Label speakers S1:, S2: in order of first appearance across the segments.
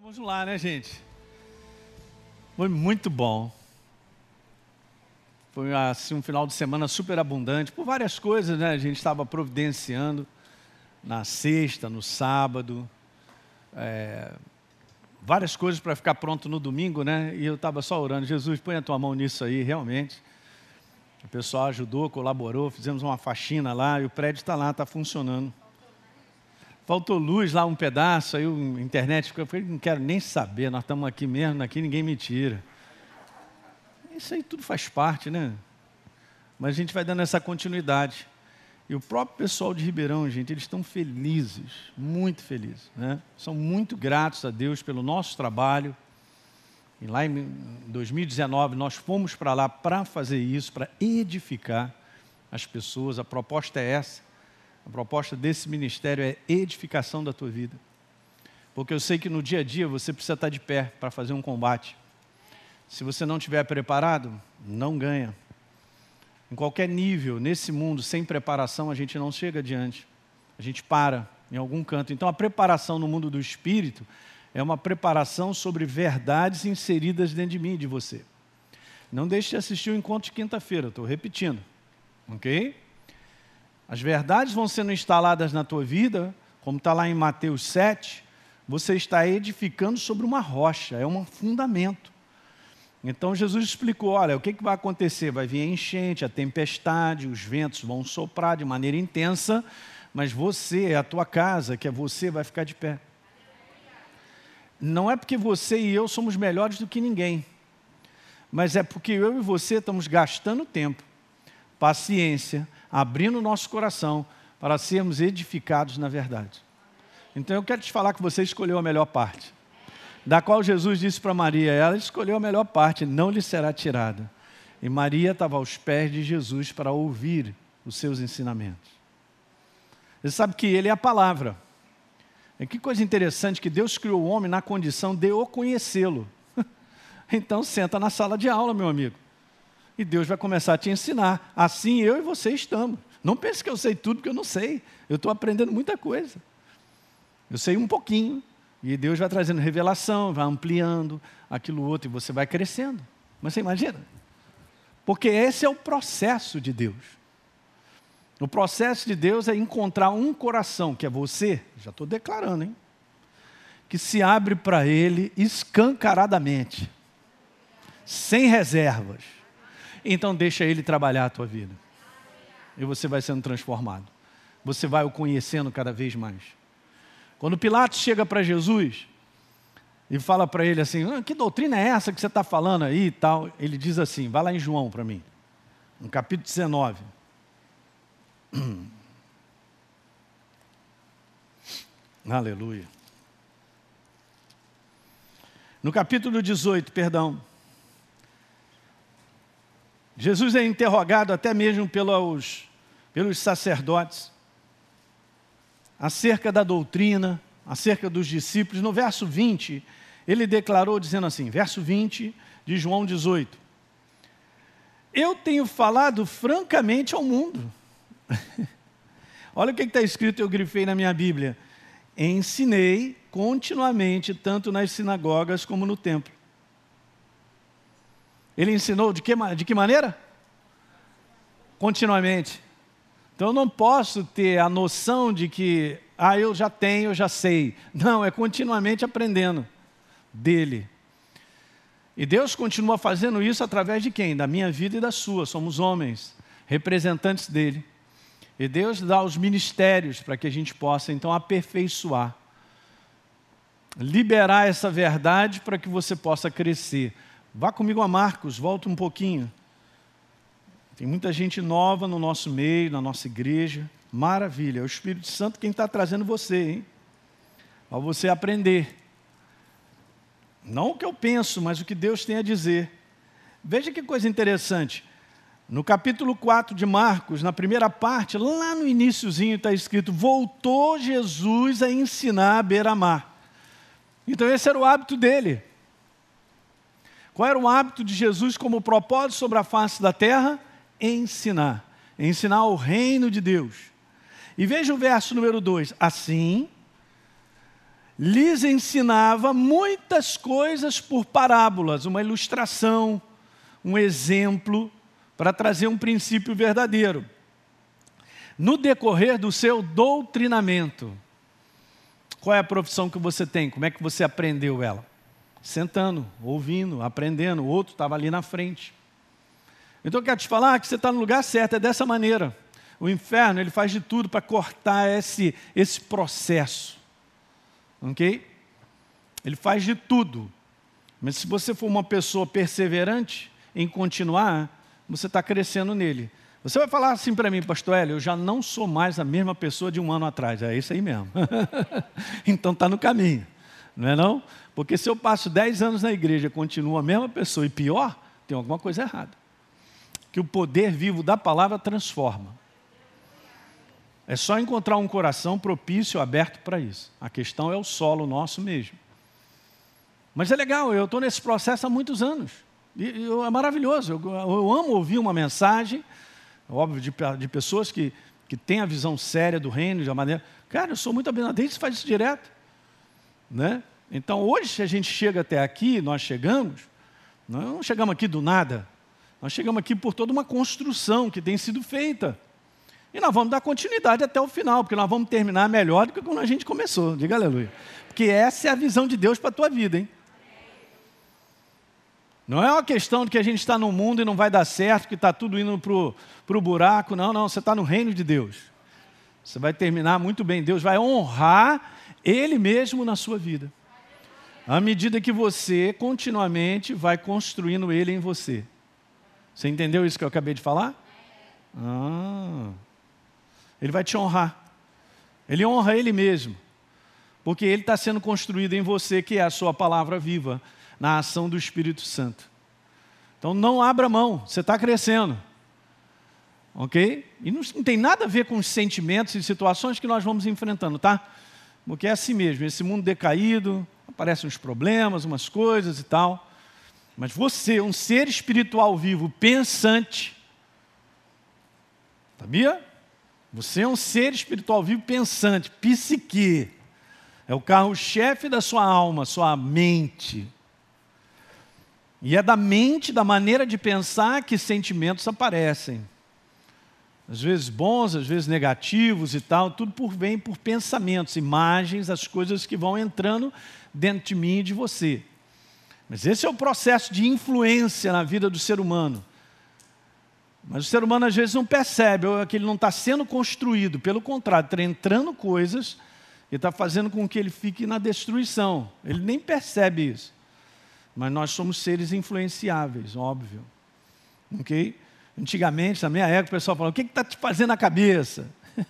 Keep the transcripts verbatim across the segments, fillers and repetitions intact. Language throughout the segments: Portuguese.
S1: Vamos lá, né, gente? Foi muito bom. Foi assim, um final de semana super abundante, por várias coisas, né? A gente estava providenciando na sexta, no sábado, é, várias coisas para ficar pronto no domingo, né? E eu estava só orando, Jesus, põe a tua mão nisso aí, realmente. O pessoal ajudou, colaborou, fizemos uma faxina lá e o prédio está lá, está funcionando. Faltou luz lá um pedaço, aí a internet ficou, eu falei, não quero nem saber, nós estamos aqui mesmo, aqui ninguém me tira. Isso aí tudo faz parte, né? Mas a gente vai dando essa continuidade. E o próprio pessoal de Ribeirão, gente, eles estão felizes, muito felizes, né? São muito gratos a Deus pelo nosso trabalho. E lá em dois mil e dezenove nós fomos para lá para fazer isso, para edificar as pessoas. A proposta é essa. A proposta desse ministério é edificação da tua vida. Porque eu sei que no dia a dia você precisa estar de pé para fazer um combate. Se você não estiver preparado, não ganha. Em qualquer nível, nesse mundo, sem preparação, a gente não chega adiante. A gente para em algum canto. Então, a preparação no mundo do Espírito é uma preparação sobre verdades inseridas dentro de mim e de você. Não deixe de assistir o encontro de quinta-feira, estou repetindo. Ok? As verdades vão sendo instaladas na tua vida, como está lá em Mateus sete, você está edificando sobre uma rocha, é um fundamento. Então Jesus explicou, olha, o que, que vai acontecer? Vai vir a enchente, a tempestade, os ventos vão soprar de maneira intensa, mas você, a tua casa, que é você, vai ficar de pé. Não é porque você e eu somos melhores do que ninguém, mas é porque eu e você estamos gastando tempo, paciência, abrindo o nosso coração para sermos edificados na verdade. Então eu quero te falar que você escolheu a melhor parte, da qual Jesus disse para Maria, ela escolheu a melhor parte, não lhe será tirada. E Maria estava aos pés de Jesus para ouvir os seus ensinamentos. Você sabe que ele é a palavra. E que coisa interessante que Deus criou o homem na condição de o conhecê-lo. Então senta na sala de aula, meu amigo. E Deus vai começar a te ensinar. Assim eu e você estamos. Não pense que eu sei tudo, porque eu não sei. Eu estou aprendendo muita coisa. Eu sei um pouquinho. E Deus vai trazendo revelação, vai ampliando aquilo outro. E você vai crescendo. Mas você imagina? Porque esse é o processo de Deus. O processo de Deus é encontrar um coração, que é você, já estou declarando, hein? Que se abre para Ele escancaradamente. Sem reservas. Então deixa Ele trabalhar a tua vida. E você vai sendo transformado. Você vai o conhecendo cada vez mais. Quando Pilatos chega para Jesus e fala para ele assim, ah, que doutrina é essa que você está falando aí e tal? Ele diz assim, vai lá em João para mim, no capítulo dezenove. Aleluia. No capítulo dezoito, perdão. Jesus é interrogado até mesmo pelos, pelos sacerdotes acerca da doutrina, acerca dos discípulos. No verso vinte, ele declarou dizendo assim, verso vinte de João dezoito. Eu tenho falado francamente ao mundo. Olha o que está escrito, eu grifei na minha Bíblia. Ensinei continuamente, tanto nas sinagogas como no templo. Ele ensinou de que, de que maneira? Continuamente. Então eu não posso ter a noção de que, ah, eu já tenho, eu já sei. Não, é continuamente aprendendo dele. E Deus continua fazendo isso através de quem? Da minha vida e da sua. Somos homens, representantes dele. E Deus dá os ministérios para que a gente possa, então, aperfeiçoar. Liberar essa verdade para que você possa crescer. Vá comigo a Marcos, volta um pouquinho. Tem muita gente nova no nosso meio, na nossa igreja. Maravilha, é o Espírito Santo quem está trazendo você, hein? Para você aprender. Não o que eu penso, mas o que Deus tem a dizer. Veja que coisa interessante. No capítulo quatro de Marcos, na primeira parte, lá no iniciozinho está escrito, voltou Jesus a ensinar à beira-mar. Então esse era o hábito dele. Qual era o hábito de Jesus como propósito sobre a face da terra? Ensinar. Ensinar o reino de Deus. E veja o verso número dois. Assim, lhes ensinava muitas coisas por parábolas, uma ilustração, um exemplo, para trazer um princípio verdadeiro. No decorrer do seu doutrinamento, qual é a profissão que você tem? Como é que você aprendeu ela? Sentando, ouvindo, aprendendo, o outro estava ali na frente. Então eu quero te falar que você está no lugar certo, é dessa maneira. O inferno, ele faz de tudo para cortar esse, esse processo. Ok? Ele faz de tudo. Mas se você for uma pessoa perseverante em continuar, você está crescendo nele. Você vai falar assim para mim, pastor Hélio, eu já não sou mais a mesma pessoa de um ano atrás. É isso aí mesmo. Então está no caminho. Não é não? Porque se eu passo dez anos na igreja e continuo a mesma pessoa e pior, tem alguma coisa errada. Que o poder vivo da palavra transforma. É só encontrar um coração propício, aberto para isso. A questão é o solo nosso mesmo. Mas é legal, eu estou nesse processo há muitos anos. E, e é maravilhoso, eu, eu amo ouvir uma mensagem, óbvio, de, de pessoas que, que têm a visão séria do reino, de uma maneira... Cara, eu sou muito abençoado, desde que faz isso direto. Né? Então, hoje, se a gente chega até aqui, nós chegamos, nós não chegamos aqui do nada, nós chegamos aqui por toda uma construção que tem sido feita. E nós vamos dar continuidade até o final, porque nós vamos terminar melhor do que quando a gente começou. Diga aleluia. Porque essa é a visão de Deus para a tua vida, hein? Não é uma questão de que a gente está no mundo e não vai dar certo, que está tudo indo para o buraco. Não, não, você está no reino de Deus. Você vai terminar muito bem. Deus vai honrar Ele mesmo na sua vida. À medida que você continuamente vai construindo Ele em você. Você entendeu isso que eu acabei de falar? Ah... Ele vai te honrar. Ele honra Ele mesmo. Porque Ele está sendo construído em você, que é a sua palavra viva, na ação do Espírito Santo. Então não abra mão, você está crescendo. Ok? E não, não tem nada a ver com os sentimentos e situações que nós vamos enfrentando, tá? Porque é assim mesmo, esse mundo decaído, aparecem uns problemas, umas coisas e tal. Mas você, um ser espiritual vivo, pensante, sabia? Você é um ser espiritual vivo pensante, psique. É o carro-chefe da sua alma, sua mente. E é da mente, da maneira de pensar, que sentimentos aparecem. Às vezes bons, às vezes negativos e tal, tudo por vem por pensamentos, imagens, as coisas que vão entrando dentro de mim e de você. Mas esse é o processo de influência na vida do ser humano. Mas o ser humano às vezes não percebe que ele não está sendo construído, pelo contrário, está entrando coisas e está fazendo com que ele fique na destruição. Ele nem percebe isso. Mas nós somos seres influenciáveis, óbvio. Ok? Antigamente, na minha época, o pessoal falava, o que está te fazendo na cabeça?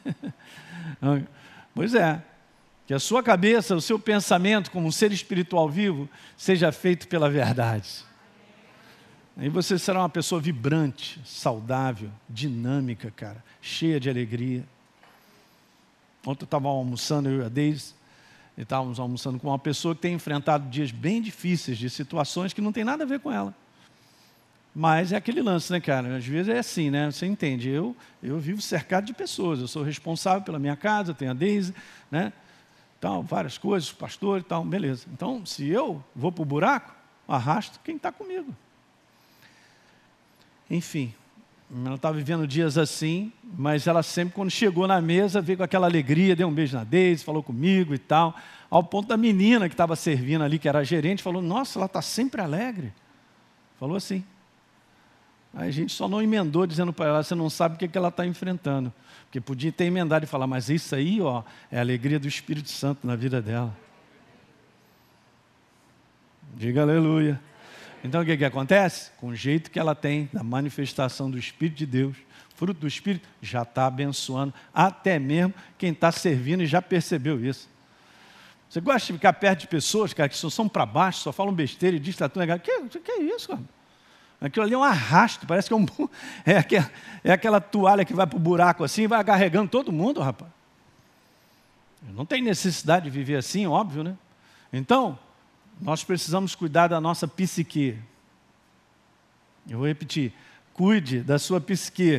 S1: Pois é, que a sua cabeça, o seu pensamento como um ser espiritual vivo, seja feito pela verdade. Aí você será uma pessoa vibrante, saudável, dinâmica, cara, cheia de alegria. Ontem eu estava almoçando, eu e a Deise, e estávamos almoçando com uma pessoa que tem enfrentado dias bem difíceis, de situações que não tem nada a ver com ela. Mas é aquele lance, né, cara? Às vezes é assim, né? Você entende, eu, eu vivo cercado de pessoas, eu sou responsável pela minha casa, tenho a Deise, né? Então, várias coisas, pastor e tal, beleza. Então, se eu vou para o buraco, arrasto quem está comigo. Enfim, ela estava vivendo dias assim, mas ela sempre, quando chegou na mesa, veio com aquela alegria, deu um beijo na Deise, falou comigo e tal, ao ponto da menina que estava servindo ali, que era a gerente, falou, nossa, ela está sempre alegre. Falou assim. Aí a gente só não emendou, dizendo para ela, você não sabe o que, que ela está enfrentando. Porque podia ter emendado e falar, mas isso aí, ó, é a alegria do Espírito Santo na vida dela. Diga aleluia. Então o que, que acontece? Com o jeito que ela tem da manifestação do Espírito de Deus, fruto do Espírito, já está abençoando, até mesmo quem está servindo e já percebeu isso. Você gosta de ficar perto de pessoas, cara, que só são para baixo, só falam besteira e diz que está tudo legal. Que, que é isso, cara? Aquilo ali é um arrasto, parece que é, um, é, aquela, é aquela toalha que vai para o buraco assim e vai carregando todo mundo, rapaz. Não tem necessidade de viver assim, óbvio, né? Então, nós precisamos cuidar da nossa psique. Eu vou repetir, cuide da sua psique.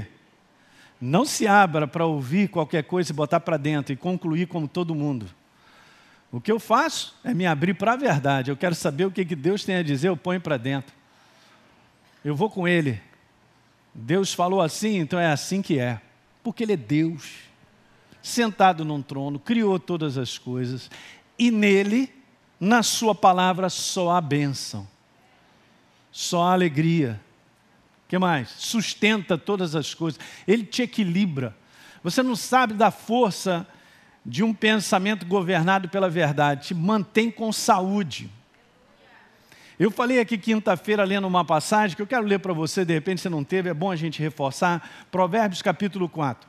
S1: Não se abra para ouvir qualquer coisa e botar para dentro e concluir como todo mundo. O que eu faço é me abrir para a verdade. Eu quero saber o que Deus tem a dizer, eu ponho para dentro. Eu vou com Ele. Deus falou assim, então é assim que é. Porque Ele é Deus, sentado num trono, criou todas as coisas. E nele, na sua palavra, só há bênção. Só há alegria. O que mais? Sustenta todas as coisas. Ele te equilibra. Você não sabe da força de um pensamento governado pela verdade. Te mantém com saúde. Eu falei aqui quinta-feira lendo uma passagem que eu quero ler para você, de repente você não teve, é bom a gente reforçar. Provérbios capítulo quatro.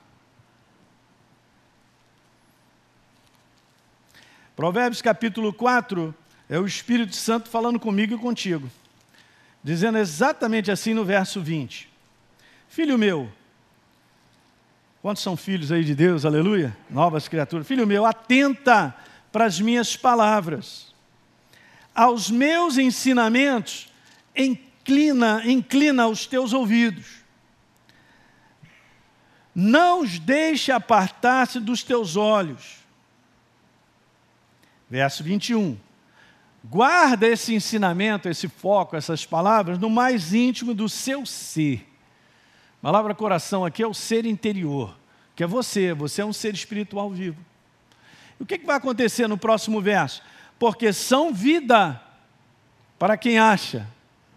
S1: Provérbios capítulo quatro é o Espírito Santo falando comigo e contigo. Dizendo exatamente assim no verso vinte. Filho meu, quantos são filhos aí de Deus, aleluia? Novas criaturas. Filho meu, atenta para as minhas palavras. Aos meus ensinamentos, inclina, inclina os teus ouvidos. Não os deixe apartar-se dos teus olhos. Verso vinte e um. Guarda esse ensinamento, esse foco, essas palavras, no mais íntimo do seu ser. A palavra coração aqui é o ser interior, que é você. Você é um ser espiritual vivo. E o que, que vai acontecer no próximo verso? Porque são vida para quem acha.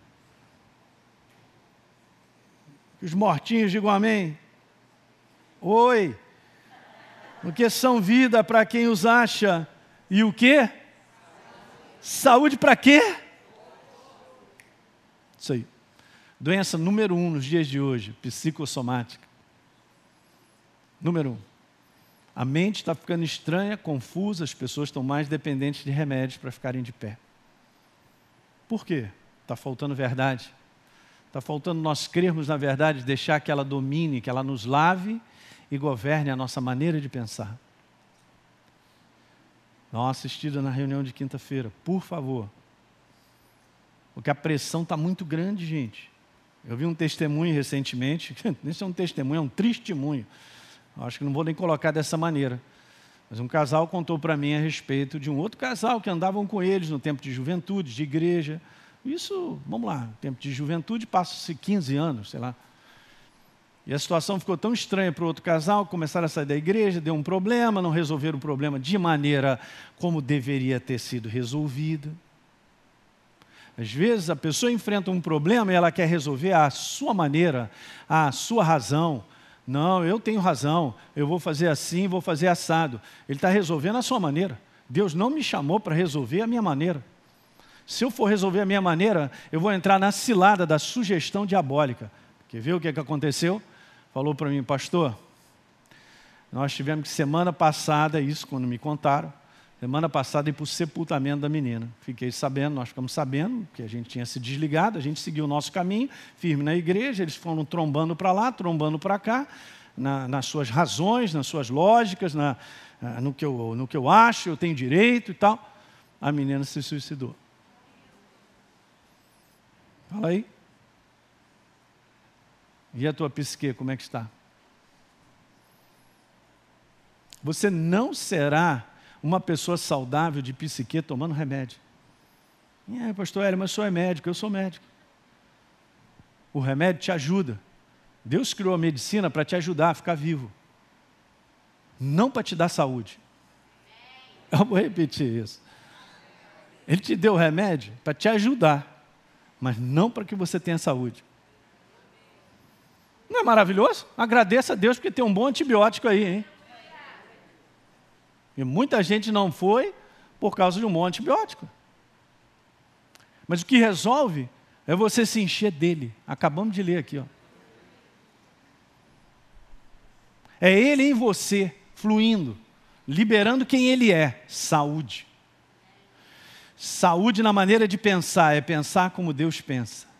S1: Os mortinhos digam amém. Oi. Porque são vida para quem os acha. E o quê? Saúde para quê? Isso aí. Doença número um nos dias de hoje, psicossomática. Número um. A mente está ficando estranha, confusa, as pessoas estão mais dependentes de remédios para ficarem de pé. Por quê? Está faltando verdade. Está faltando nós crermos na verdade, deixar que ela domine, que ela nos lave e governe a nossa maneira de pensar. Dá uma assistida na reunião de quinta-feira, por favor. Porque a pressão está muito grande, gente. Eu vi um testemunho recentemente, nem é um testemunho, é um testemunho. Acho que não vou nem colocar dessa maneira. Mas um casal contou para mim a respeito de um outro casal que andavam com eles no tempo de juventude, de igreja. Isso, vamos lá, no tempo de juventude passa-se quinze anos, sei lá. E a situação ficou tão estranha para o outro casal, começaram a sair da igreja, deu um problema, não resolveram o problema de maneira como deveria ter sido resolvido. Às vezes a pessoa enfrenta um problema e ela quer resolver à sua maneira, à sua razão. Não, eu tenho razão, eu vou fazer assim, vou fazer assado. Ele está resolvendo à sua maneira. Deus não me chamou para resolver a minha maneira. Se eu for resolver a minha maneira, eu vou entrar na cilada da sugestão diabólica. Quer ver o que, é que aconteceu? Falou para mim, pastor, nós tivemos que semana passada, isso quando me contaram, semana passada ir para o sepultamento da menina. Fiquei sabendo, nós ficamos sabendo que a gente tinha se desligado, a gente seguiu o nosso caminho, firme na igreja, eles foram trombando para lá, trombando para cá, na, nas suas razões, nas suas lógicas, na, no, que eu, no que eu acho, eu tenho direito e tal. A menina se suicidou. Fala aí. E a tua psique, como é que está? Você não será uma pessoa saudável de psique tomando remédio. É, pastor Hélio, mas o senhor é médico, eu sou médico. O remédio te ajuda. Deus criou a medicina para te ajudar a ficar vivo. Não para te dar saúde. Eu vou repetir isso. Ele te deu o remédio para te ajudar, mas não para que você tenha saúde. Não é maravilhoso? Agradeça a Deus porque tem um bom antibiótico aí, hein? E muita gente não foi por causa de um bom antibiótico. Mas o que resolve é você se encher dele. Acabamos de ler aqui, ó. É ele em você, fluindo, liberando quem ele é, saúde. Saúde na maneira de pensar, é pensar como Deus pensa.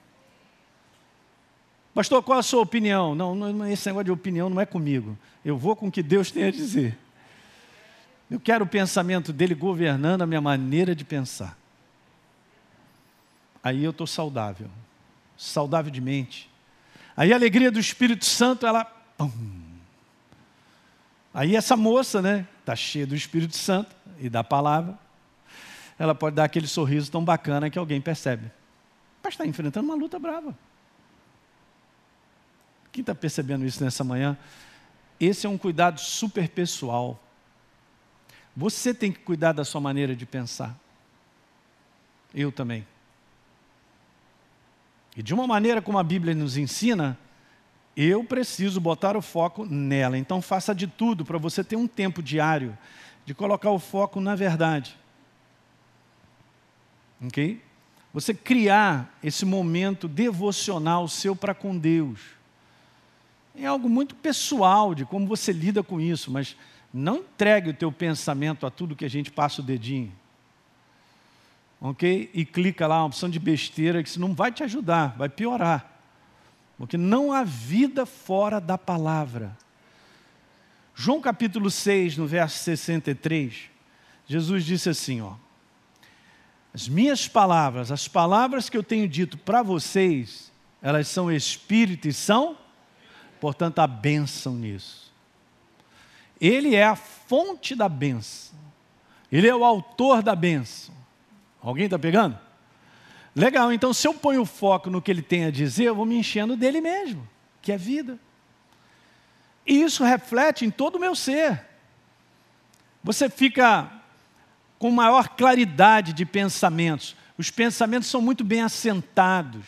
S1: Pastor, qual a sua opinião? Não, não, esse negócio de opinião não é comigo. Eu vou com o que Deus tem a dizer. Eu quero o pensamento dele governando a minha maneira de pensar. Aí eu estou saudável. Saudável de mente. Aí a alegria do Espírito Santo, ela... Pum. Aí essa moça, né, está cheia do Espírito Santo e da palavra, ela pode dar aquele sorriso tão bacana que alguém percebe. Mas está enfrentando uma luta brava. Quem está percebendo isso nessa manhã? Esse é um cuidado super pessoal. Você tem que cuidar da sua maneira de pensar. Eu também. E de uma maneira como a Bíblia nos ensina, eu preciso botar o foco nela. Então faça de tudo para você ter um tempo diário de colocar o foco na verdade. Ok? Você criar esse momento devocional seu para com Deus. É algo muito pessoal de como você lida com isso, mas não entregue o teu pensamento a tudo que a gente passa o dedinho. Ok? E clica lá, uma opção de besteira, que isso não vai te ajudar, vai piorar. Porque não há vida fora da palavra. João capítulo seis, no verso sessenta e três, Jesus disse assim, ó, as minhas palavras, as palavras que eu tenho dito para vocês, elas são espírito e são, portanto, a bênção nisso. Ele é a fonte da bênção. Ele é o autor da bênção. Alguém está pegando? Legal, então se eu ponho o foco no que ele tem a dizer, eu vou me enchendo dele mesmo, que é vida. E isso reflete em todo o meu ser. Você fica com maior claridade de pensamentos. Os pensamentos são muito bem assentados.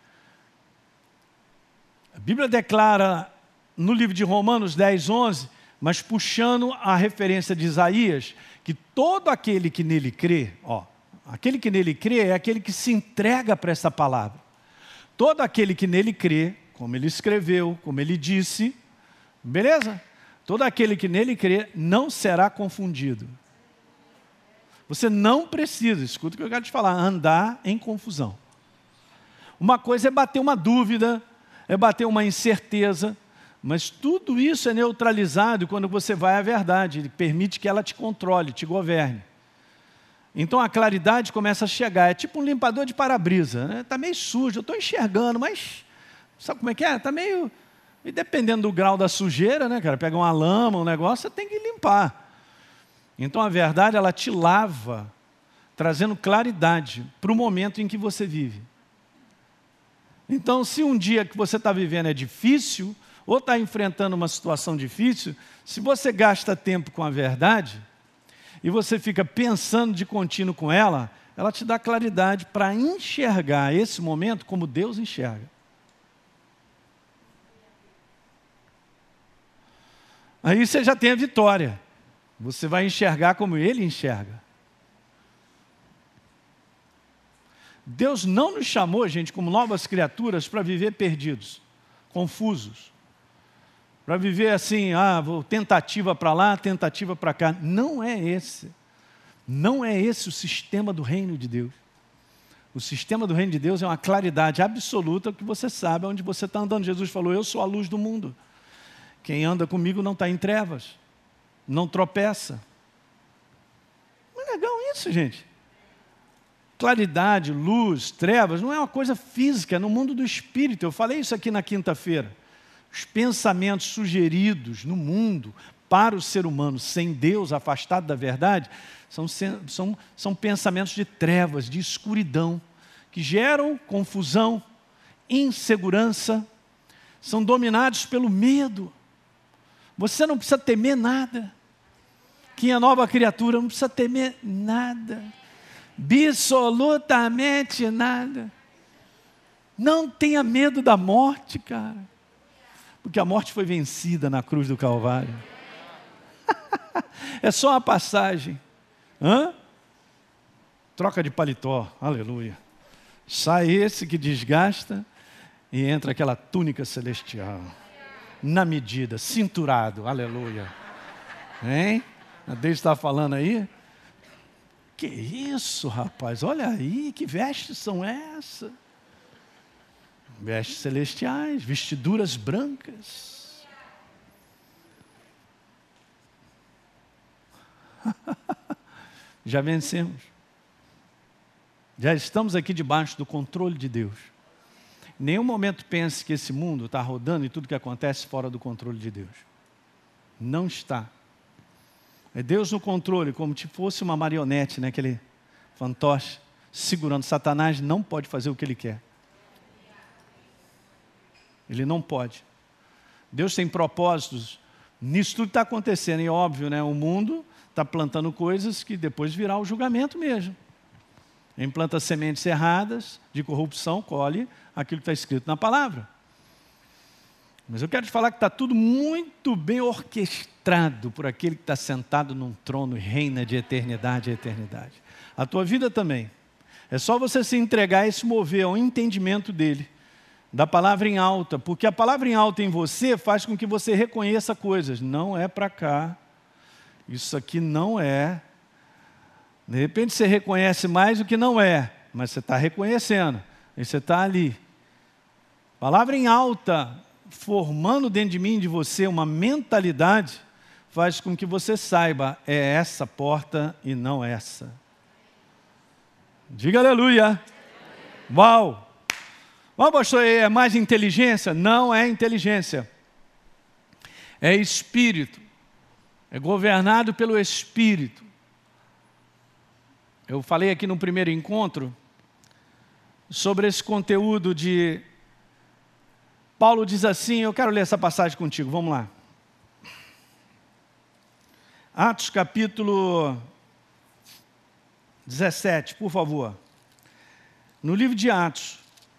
S1: A Bíblia declara no livro de Romanos dez, onze, mas puxando a referência de Isaías, que todo aquele que nele crê, ó, aquele que nele crê é aquele que se entrega para essa palavra. Todo aquele que nele crê, como ele escreveu, como ele disse, beleza? Todo aquele que nele crê não será confundido. Você não precisa, escuta o que eu quero te falar, andar em confusão. Uma coisa é bater uma dúvida, é bater uma incerteza, mas tudo isso é neutralizado quando você vai à verdade. Ele permite que ela te controle, te governe. Então a claridade começa a chegar. É tipo um limpador de para-brisa, né? Está meio sujo, eu estou enxergando, mas sabe como é que é? Está meio... E dependendo do grau da sujeira, né, cara? Pega uma lama, um negócio, você tem que limpar. Então a verdade, ela te lava, trazendo claridade para o momento em que você vive. Então, se um dia que você está vivendo é difícil, ou está enfrentando uma situação difícil, se você gasta tempo com a verdade, e você fica pensando de contínuo com ela, ela te dá claridade para enxergar esse momento como Deus enxerga. Aí você já tem a vitória. Você vai enxergar como Ele enxerga. Deus não nos chamou, gente, como novas criaturas para viver perdidos, confusos. Para viver assim, ah, vou tentativa para lá, tentativa para cá. Não é esse. Não é esse o sistema do reino de Deus. O sistema do reino de Deus é uma claridade absoluta que você sabe onde você está andando. Jesus falou, eu sou a luz do mundo. Quem anda comigo não está em trevas, não tropeça. Não é legal isso, gente? Claridade, luz, trevas, não é uma coisa física, é no mundo do espírito. Eu falei isso aqui na quinta-feira. Os pensamentos sugeridos no mundo para o ser humano sem Deus, afastado da verdade, são, são, são pensamentos de trevas, de escuridão, que geram confusão, insegurança, são dominados pelo medo. Você não precisa temer nada. Quem é nova criatura não precisa temer nada. Absolutamente nada. Não tenha medo da morte, cara. Porque a morte foi vencida na cruz do Calvário. É só uma passagem. Hã? Troca de paletó, aleluia. Sai esse que desgasta e entra aquela túnica celestial. Na medida, cinturado, aleluia. Hein? A Deus está falando aí? Que isso, rapaz? Olha aí, que vestes são essas? Vestes celestiais, vestiduras brancas. Já vencemos. Já estamos aqui debaixo do controle de Deus. Em nenhum momento pense que esse mundo está rodando e tudo que acontece fora do controle de Deus. Não está. É Deus no controle, como se fosse uma marionete, né? Aquele fantoche segurando. Satanás não pode fazer o que ele quer. Ele não pode. Deus tem propósitos. Nisso tudo está acontecendo. E óbvio, né? O mundo está plantando coisas que depois virá o julgamento mesmo. Quem planta sementes erradas de corrupção, colhe aquilo que está escrito na palavra. Mas eu quero te falar que está tudo muito bem orquestrado por aquele que está sentado num trono e reina de eternidade a eternidade. A tua vida também. É só você se entregar e se mover ao entendimento dele, da palavra em alta, porque a palavra em alta em você faz com que você reconheça coisas. Não é para cá, isso aqui não é. De repente você reconhece mais do que não é, mas você está reconhecendo, e você está ali. Palavra em alta, formando dentro de mim, de você, uma mentalidade, faz com que você saiba, é essa porta e não essa. Diga aleluia. Uau! Uau, pastor, é mais inteligência? Não é inteligência. É espírito. É governado pelo espírito. Eu falei aqui no primeiro encontro sobre esse conteúdo de... Paulo diz assim, eu quero ler essa passagem contigo, vamos lá. Atos capítulo dezessete, por favor. No livro de Atos,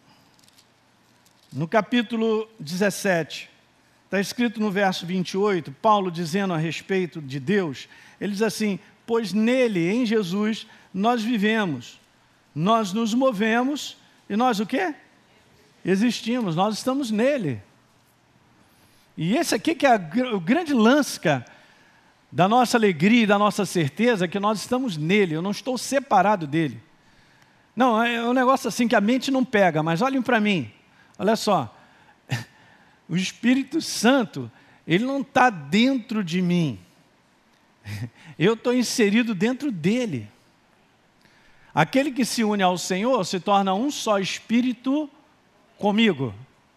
S1: no capítulo dezessete, está escrito no verso vinte e oito, Paulo dizendo a respeito de Deus, ele diz assim, pois nele, em Jesus, nós vivemos, nós nos movemos e nós o quê? Existimos, nós estamos nele. E esse aqui que é a, o grande lance, cara, da nossa alegria e da nossa certeza, que nós estamos nele, eu não estou separado dele. Não, é um negócio assim que a mente não pega, mas olhem para mim, olha só, o Espírito Santo, ele não está dentro de mim, eu estou inserido dentro dele. Aquele que se une ao Senhor se torna um só Espírito comigo.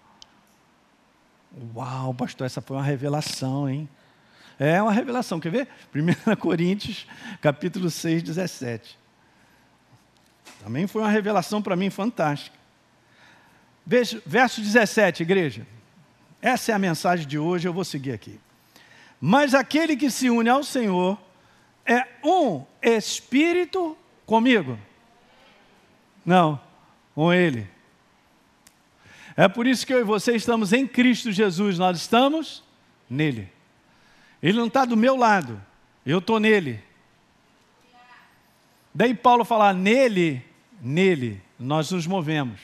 S1: Uau, pastor, essa foi uma revelação, hein? É uma revelação, quer ver? primeira Coríntios, capítulo seis, dezessete. Também foi uma revelação para mim fantástica. Veja, verso dezessete, igreja. Essa é a mensagem de hoje, eu vou seguir aqui. Mas aquele que se une ao Senhor é um Espírito comigo. Não, com Ele. É por isso que eu e você estamos em Cristo Jesus, nós estamos nele. Ele não está do meu lado, eu estou nele. Daí Paulo fala, nele, nele, nós nos movemos.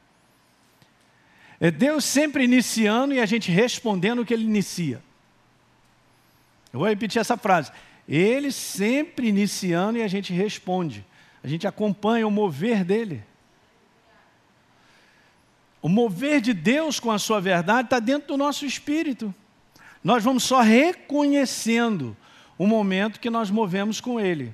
S1: É Deus sempre iniciando e a gente respondendo o que Ele inicia. Eu vou repetir essa frase. Ele sempre iniciando e a gente responde. A gente acompanha o mover dele. O mover de Deus com a sua verdade está dentro do nosso espírito. Nós vamos só reconhecendo o momento que nós movemos com Ele.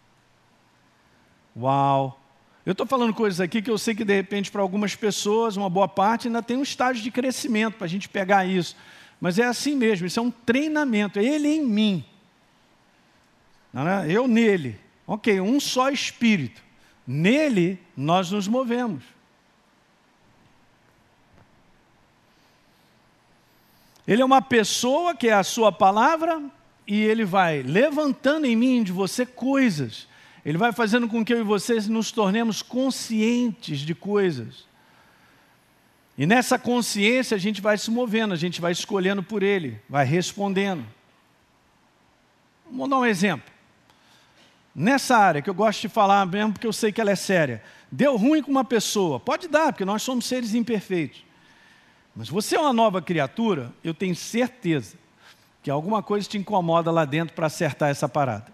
S1: Uau! Eu estou falando coisas aqui que eu sei que de repente para algumas pessoas, uma boa parte, ainda tem um estágio de crescimento para a gente pegar isso. Mas é assim mesmo, isso é um treinamento, é Ele em mim. Não é? Eu nele. Ok, um só espírito. Nele nós nos movemos. Ele é uma pessoa que é a sua palavra e ele vai levantando em mim, de você, coisas. Ele vai fazendo com que eu e vocês nos tornemos conscientes de coisas. E nessa consciência a gente vai se movendo, a gente vai escolhendo por ele, vai respondendo. Vamos dar um exemplo. Nessa área que eu gosto de falar mesmo porque eu sei que ela é séria. Deu ruim com uma pessoa, pode dar, porque nós somos seres imperfeitos. Mas você é uma nova criatura, eu tenho certeza que alguma coisa te incomoda lá dentro para acertar essa parada.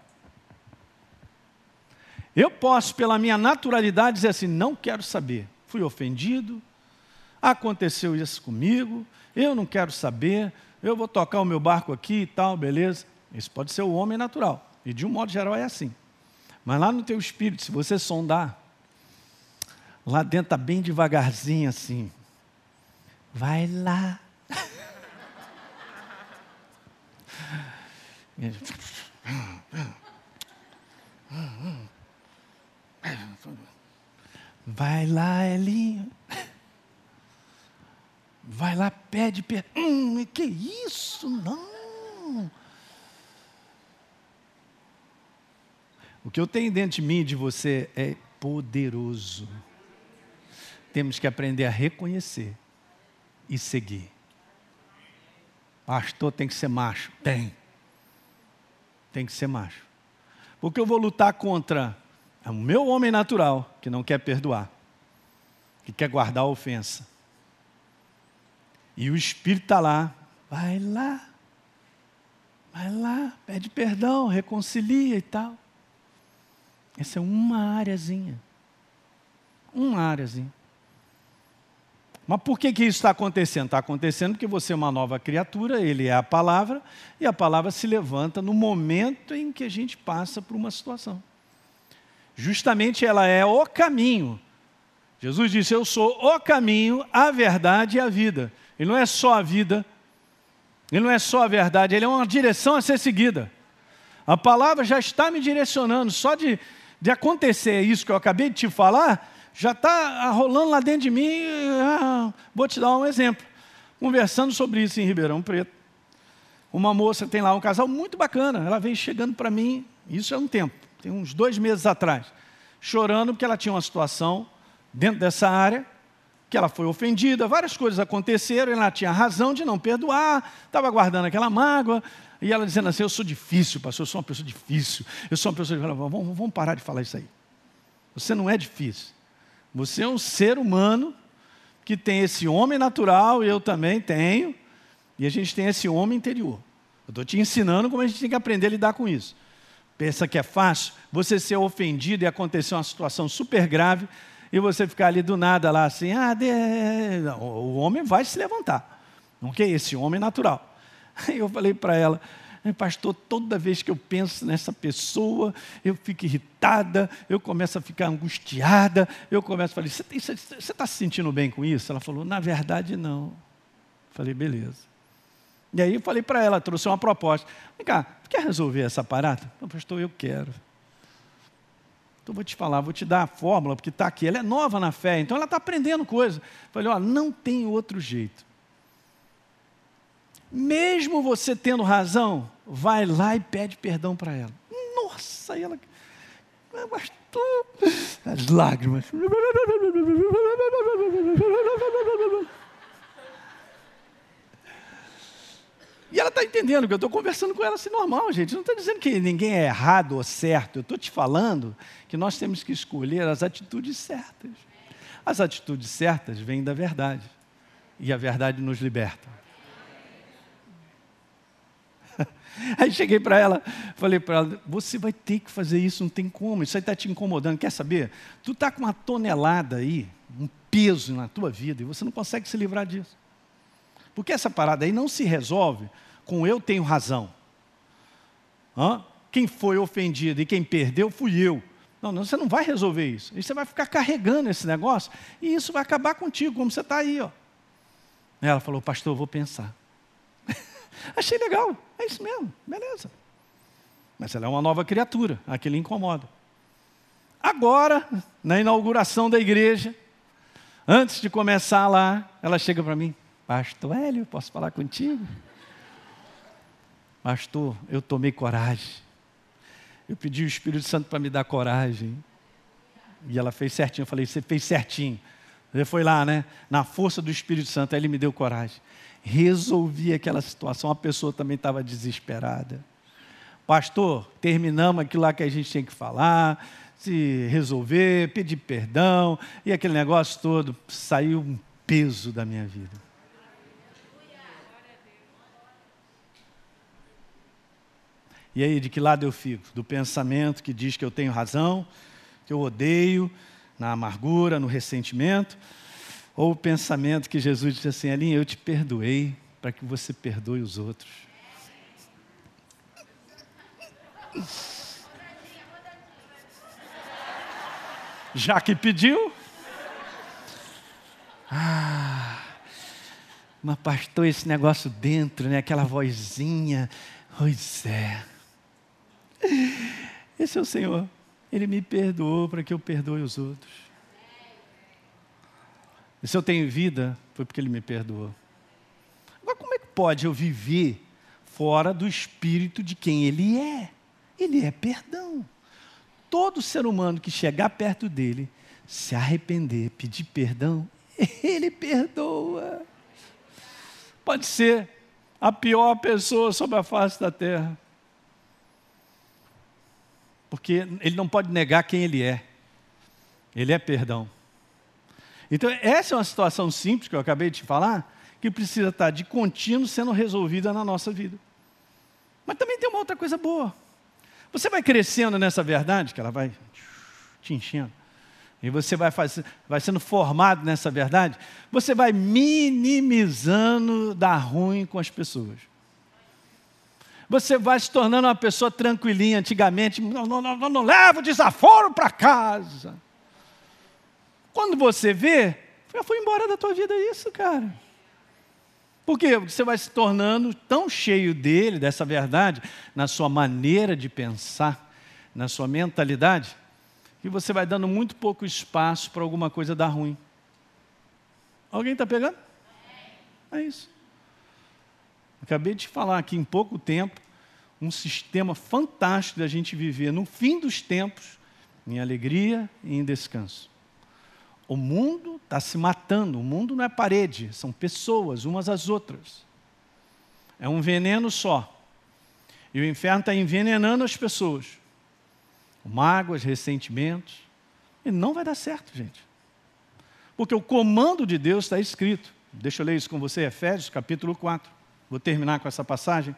S1: Eu posso, pela minha naturalidade, dizer assim, não quero saber. Fui ofendido, aconteceu isso comigo, eu não quero saber, eu vou tocar o meu barco aqui e tal, beleza. Isso pode ser o homem natural, e de um modo geral é assim. Mas lá no teu espírito, se você sondar, lá dentro está bem devagarzinho assim. Vai lá. Vai lá, Elinho. Vai lá, pede perdão. Hum, que isso? Não. O que eu tenho dentro de mim e de você é poderoso. Temos que aprender a reconhecer e seguir. Pastor tem que ser macho. Tem. Tem que ser macho. Porque eu vou lutar contra o meu homem natural, que não quer perdoar, que quer guardar a ofensa. E o Espírito está lá. Vai lá. Vai lá, pede perdão, reconcilia e tal. Essa é uma areazinha. Uma areazinha. Mas por que que isso está acontecendo? Está acontecendo porque você é uma nova criatura, ele é a palavra, e a palavra se levanta no momento em que a gente passa por uma situação. Justamente ela é o caminho. Jesus disse, eu sou o caminho, a verdade e a vida. Ele não é só a vida, ele não é só a verdade, ele é uma direção a ser seguida. A palavra já está me direcionando, só de, de acontecer isso que eu acabei de te falar, já está rolando lá dentro de mim. Ah, vou te dar um exemplo. Conversando sobre isso em Ribeirão Preto, uma moça tem lá um casal muito bacana, ela veio chegando para mim, isso é um tempo, tem uns dois meses atrás, chorando porque ela tinha uma situação dentro dessa área, que ela foi ofendida, várias coisas aconteceram, ela tinha razão de não perdoar, estava guardando aquela mágoa, e ela dizendo assim, eu sou difícil, pastor, eu sou uma pessoa difícil, eu sou uma pessoa de... Vamos, vamos parar de falar isso aí. Você não é difícil. Você é um ser humano que tem esse homem natural, eu também tenho, e a gente tem esse homem interior. Eu estou te ensinando como a gente tem que aprender a lidar com isso. Pensa que é fácil você ser ofendido e acontecer uma situação super grave, e você ficar ali do nada lá assim, ah, de... o homem vai se levantar. Ok? Esse homem natural. Aí eu falei para ela, pastor, toda vez que eu penso nessa pessoa, eu fico irritada, eu começo a ficar angustiada, eu começo a falar, você está se sentindo bem com isso? Ela falou, na verdade não. Eu falei, beleza. E aí eu falei para ela, trouxe uma proposta. Vem cá, quer resolver essa parada? Não, pastor, eu quero. Então vou te falar, vou te dar a fórmula, porque está aqui, ela é nova na fé, então ela está aprendendo coisa. Falei, ó, não tem outro jeito. Mesmo você tendo razão, vai lá e pede perdão para ela. Nossa, aí ela... Pastor, as lágrimas. E ela está entendendo que eu estou conversando com ela assim normal, gente. Não estou dizendo que ninguém é errado ou certo. Eu estou te falando que nós temos que escolher as atitudes certas. As atitudes certas vêm da verdade. E a verdade nos liberta. Aí cheguei para ela, falei para ela, você vai ter que fazer isso, não tem como, isso aí está te incomodando, quer saber? Tu está com uma tonelada aí, um peso na tua vida, e você não consegue se livrar disso. Porque essa parada aí não se resolve com eu tenho razão. Hã? Quem foi ofendido e quem perdeu fui eu. Não, não, você não vai resolver isso. E você vai ficar carregando esse negócio, e isso vai acabar contigo, como você está aí. Ó. Ela falou, pastor, eu vou pensar. Achei legal, é isso mesmo, beleza. Mas ela é uma nova criatura, aquilo incomoda. Agora, na inauguração da igreja, antes de começar lá, ela chega para mim, pastor Hélio, posso falar contigo? Pastor, eu tomei coragem. Eu pedi o Espírito Santo para me dar coragem. E ela fez certinho, eu falei, você fez certinho. Você foi lá, né? Na força do Espírito Santo, aí ele me deu coragem. Resolvi aquela situação, a pessoa também estava desesperada. Pastor, terminamos aquilo lá que a gente tinha que falar, se resolver, pedir perdão, e aquele negócio todo, saiu um peso da minha vida. E aí, de que lado eu fico? Do pensamento que diz que eu tenho razão, que eu odeio, na amargura, no ressentimento, ou o pensamento que Jesus disse assim, Elinho, eu te perdoei para que você perdoe os outros. Já que pediu. Ah, mas pastor, esse negócio dentro, né? Aquela vozinha, pois é. Esse é o Senhor. Ele me perdoou para que eu perdoe os outros. E se eu tenho vida, foi porque Ele me perdoou. Agora, como é que pode eu viver fora do espírito de quem Ele é? Ele é perdão. Todo ser humano que chegar perto dEle, se arrepender, pedir perdão, Ele perdoa. Pode ser a pior pessoa sobre a face da terra. Porque Ele não pode negar quem Ele é. Ele é perdão. Então, essa é uma situação simples que eu acabei de te falar, que precisa estar de contínuo sendo resolvida na nossa vida. Mas também tem uma outra coisa boa. Você vai crescendo nessa verdade, que ela vai te enchendo, e você vai, fazer, vai sendo formado nessa verdade, você vai minimizando dar ruim com as pessoas. Você vai se tornando uma pessoa tranquilinha. Antigamente, não, não, não, não leva o desaforo para casa. Quando você vê, já foi embora da tua vida isso, cara. Por quê? Porque você vai se tornando tão cheio dele, dessa verdade, na sua maneira de pensar, na sua mentalidade, que você vai dando muito pouco espaço para alguma coisa dar ruim. Alguém está pegando? É isso. Acabei de falar aqui em pouco tempo, um sistema fantástico da gente viver no fim dos tempos, em alegria e em descanso. O mundo está se matando, o mundo não é parede, são pessoas, umas às outras. É um veneno só. E o inferno está envenenando as pessoas. Mágoas, ressentimentos. E não vai dar certo, gente. Porque o comando de Deus está escrito. Deixa eu ler isso com você, Efésios, capítulo quatro. Vou terminar com essa passagem.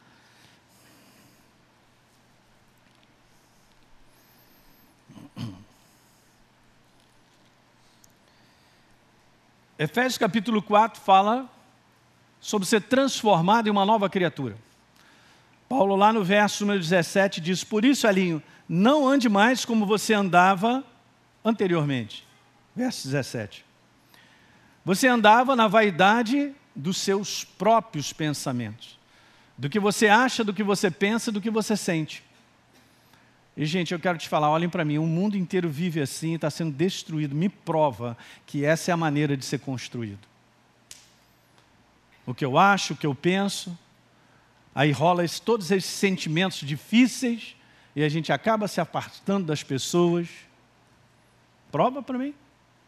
S1: Efésios capítulo quatro fala sobre ser transformado em uma nova criatura. Paulo lá no verso número dezessete diz: por isso, Elinho, não ande mais como você andava anteriormente. Verso dezessete. Você andava na vaidade dos seus próprios pensamentos. Do que você acha, do que você pensa, do que você sente. E, gente, eu quero te falar, olhem para mim, o mundo inteiro vive assim, está sendo destruído. Me prova que essa é a maneira de ser construído. O que eu acho, o que eu penso, aí rola esse, todos esses sentimentos difíceis e a gente acaba se afastando das pessoas. Prova para mim.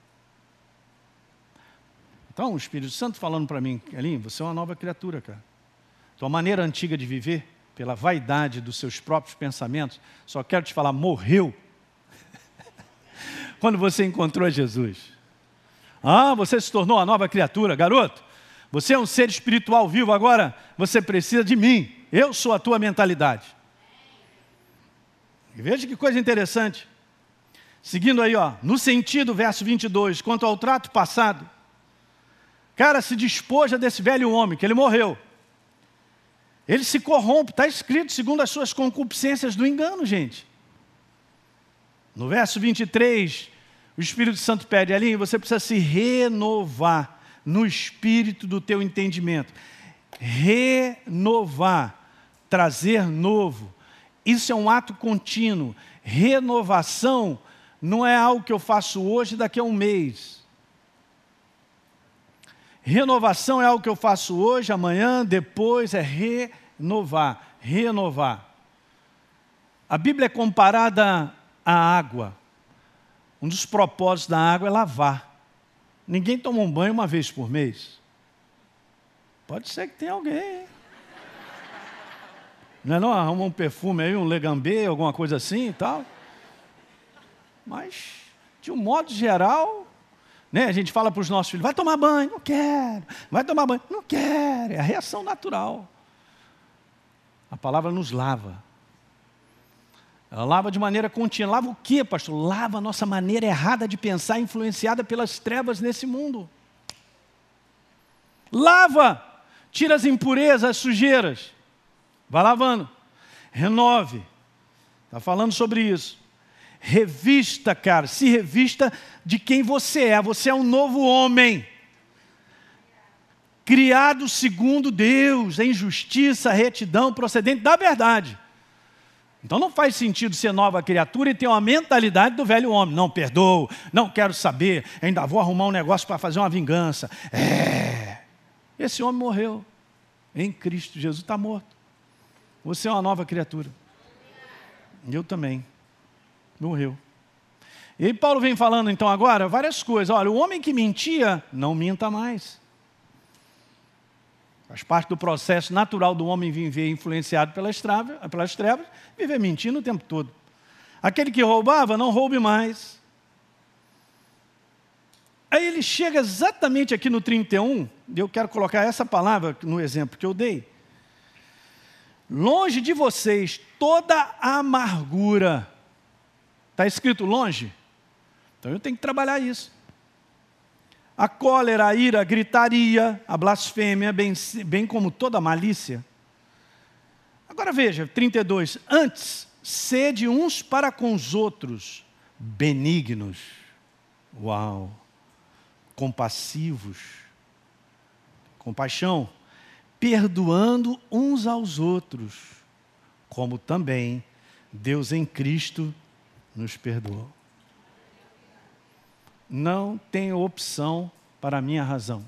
S1: Então, o Espírito Santo falando para mim, Elinho, você é uma nova criatura, cara. Tua maneira antiga de viver, pela vaidade dos seus próprios pensamentos, só quero te falar, morreu. Quando você encontrou Jesus. Ah, você se tornou uma nova criatura, garoto. Você é um ser espiritual vivo agora, você precisa de mim. Eu sou a tua mentalidade. E veja que coisa interessante. Seguindo aí, ó, no sentido, verso vinte e dois, quanto ao trato passado, cara, se despoja desse velho homem, que ele morreu. Ele se corrompe, está escrito, segundo as suas concupiscências do engano, gente. No verso vinte e três, o Espírito Santo pede, Elinho, você precisa se renovar no espírito do teu entendimento. Renovar, trazer novo. Isso é um ato contínuo. Renovação não é algo que eu faço hoje daqui a um mês. Renovação é algo que eu faço hoje, amanhã, depois, é renovar, renovar. A Bíblia é comparada à água. Um dos propósitos da água é lavar. Ninguém toma um banho uma vez por mês. Pode ser que tenha alguém, hein? Não é não? Arruma um perfume aí, um legambê, alguma coisa assim e tal. Mas, de um modo geral... Né? A gente fala para os nossos filhos, vai tomar banho, não quero. Vai tomar banho, não quero. É a reação natural. A palavra nos lava. Ela lava de maneira contínua. Lava o quê, pastor? Lava a nossa maneira errada de pensar, influenciada pelas trevas nesse mundo. Lava. Tira as impurezas, as sujeiras. Vai lavando. Renove. Está falando sobre isso. Revista, cara, se revista de quem você é. Você é um novo homem. Criado segundo Deus, em justiça, retidão, procedente da verdade. Então não faz sentido ser nova criatura e ter uma mentalidade do velho homem. Não perdoo, não quero saber, ainda vou arrumar um negócio para fazer uma vingança. É, esse homem morreu em Cristo Jesus, está morto. Você é uma nova criatura. Eu também. Morreu. E aí Paulo vem falando então agora várias coisas. Olha, o homem que mentia, não minta mais. Faz parte do processo natural do homem viver influenciado pelas trevas, pelas trevas, viver mentindo o tempo todo. Aquele que roubava, não roube mais. Aí ele chega exatamente aqui no trinta e um, e eu quero colocar essa palavra no exemplo que eu dei. Longe de vocês toda amargura. Está escrito longe? Então eu tenho que trabalhar isso. A cólera, a ira, a gritaria, a blasfêmia, bem, bem como toda a malícia. Agora veja, trinta e dois. Antes, sede uns para com os outros, benignos. Uau! Compassivos. Compaixão. Perdoando uns aos outros, como também Deus em Cristo nos perdoou. Não tenho opção para a minha razão.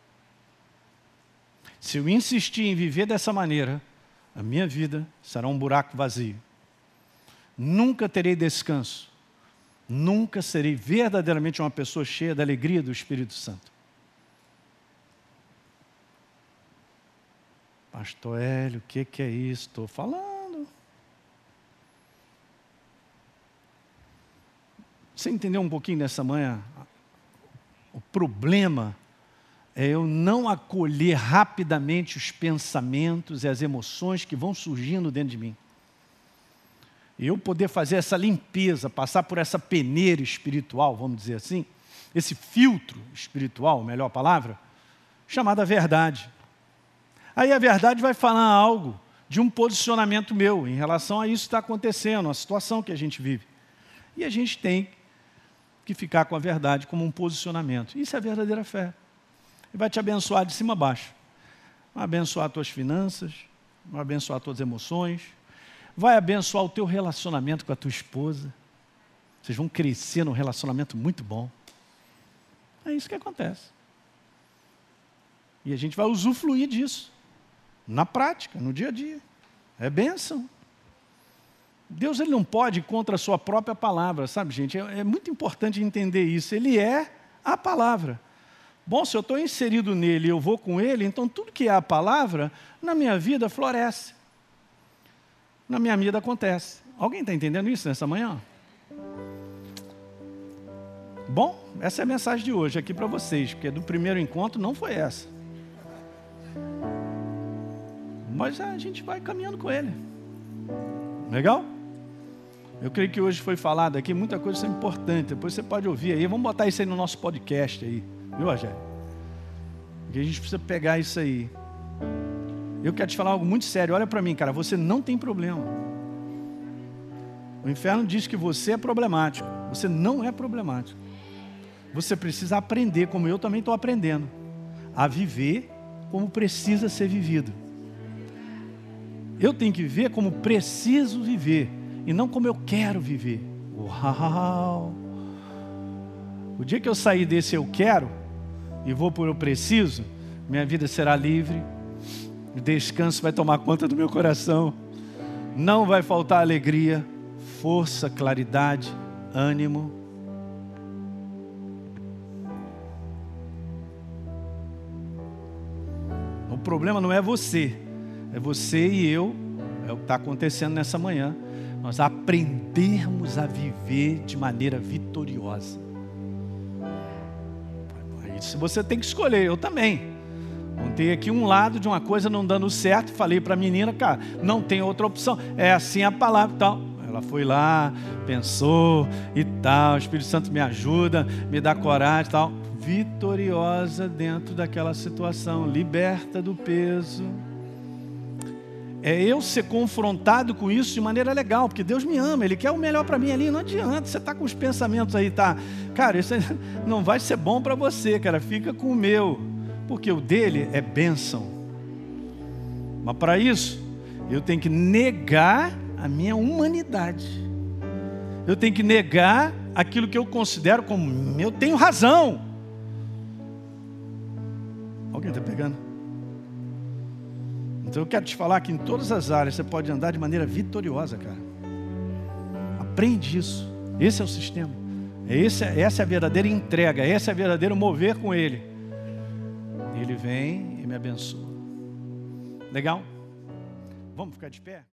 S1: Se eu insistir em viver dessa maneira, a minha vida será um buraco vazio. Nunca terei descanso. Nunca serei verdadeiramente uma pessoa cheia da alegria do Espírito Santo. Pastor Hélio, o que, que é isso? Estou falando. Você entendeu um pouquinho nessa manhã? O problema é eu não acolher rapidamente os pensamentos e as emoções que vão surgindo dentro de mim. E eu poder fazer essa limpeza, passar por essa peneira espiritual, vamos dizer assim, esse filtro espiritual, melhor palavra, chamada verdade. Aí a verdade vai falar algo de um posicionamento meu em relação a isso que está acontecendo, a situação que a gente vive. E a gente tem que ficar com a verdade como um posicionamento. Isso é a verdadeira fé. E vai te abençoar de cima a baixo. Vai abençoar as tuas finanças, vai abençoar as tuas emoções, vai abençoar o teu relacionamento com a tua esposa. Vocês vão crescer num relacionamento muito bom. É isso que acontece. E a gente vai usufruir disso, na prática, no dia a dia. É bênção. Deus ele não pode ir contra a sua própria palavra, sabe, gente? É, é muito importante entender isso. Ele é a palavra. Bom, se eu estou inserido nele e eu vou com ele, então tudo que é a palavra, na minha vida floresce. Na minha vida acontece. Alguém está entendendo isso nessa manhã? Bom, essa é a mensagem de hoje aqui para vocês, porque do primeiro encontro não foi essa. Mas a gente vai caminhando com ele. Legal? Eu creio que hoje foi falado aqui muita coisa importante. Depois você pode ouvir aí. Vamos botar isso aí no nosso podcast aí. Viu, Rogério? Porque a gente precisa pegar isso aí. Eu quero te falar algo muito sério. Olha para mim, cara. Você não tem problema. O inferno diz que você é problemático. Você não é problemático. Você precisa aprender, como eu também estou aprendendo, a viver como precisa ser vivido. Eu tenho que viver como preciso viver e não como eu quero viver. Uau! O dia que eu sair desse eu quero e vou por eu preciso, minha vida será livre, o descanso vai tomar conta do meu coração, não vai faltar alegria, força, claridade, ânimo. O problema não é você, é você e eu, é o que está acontecendo nessa manhã, nós aprendermos a viver de maneira vitoriosa. Isso você tem que escolher, eu também. Contei aqui um lado de uma coisa não dando certo, falei para a menina, cara, não tem outra opção, é assim a palavra e tal. Ela foi lá, pensou e tal, o Espírito Santo me ajuda, me dá coragem e tal. Vitoriosa dentro daquela situação, liberta do peso. É eu ser confrontado com isso de maneira legal, porque Deus me ama, Ele quer o melhor para mim ali, não adianta, você está com os pensamentos aí, tá? Cara, isso não vai ser bom para você, cara, fica com o meu, porque o dele é bênção. Mas para isso, eu tenho que negar a minha humanidade. Eu tenho que negar aquilo que eu considero como eu tenho razão. Alguém está pegando? Então eu quero te falar que em todas as áreas você pode andar de maneira vitoriosa, cara. Aprende isso. Esse é o sistema. Esse, essa é a verdadeira entrega. Esse é o verdadeiro mover com Ele. Ele vem e me abençoa. Legal? Vamos ficar de pé?